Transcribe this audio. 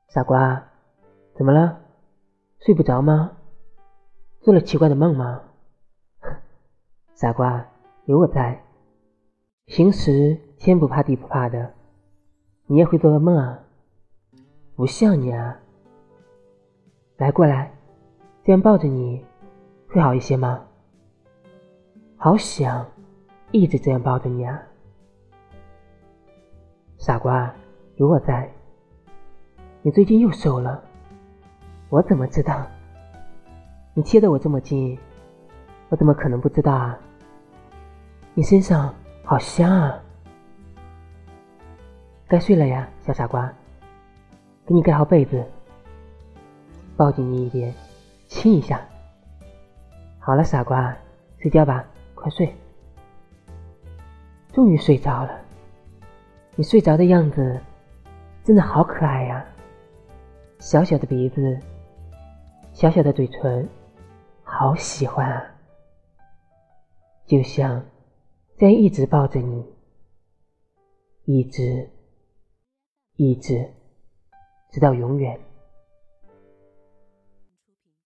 傻瓜，怎么了？睡不着吗？做了奇怪的梦吗？傻瓜，有我在，行时天不怕地不怕的，你也会做噩梦啊？不像你啊！来，过来，这样抱着你会好一些吗？好想一直这样抱着你啊！傻瓜，有我在，你最近又瘦了，我怎么知道？你贴得我这么近，我怎么可能不知道啊？你身上好香啊！该睡了呀，小傻瓜，给你盖好被子，抱紧你一点，亲一下。好了，傻瓜，睡觉吧，快睡。终于睡着了，你睡着的样子真的好可爱呀！小小的鼻子，小小的嘴唇，好喜欢啊！就像这样一直抱着你，一直直到永远。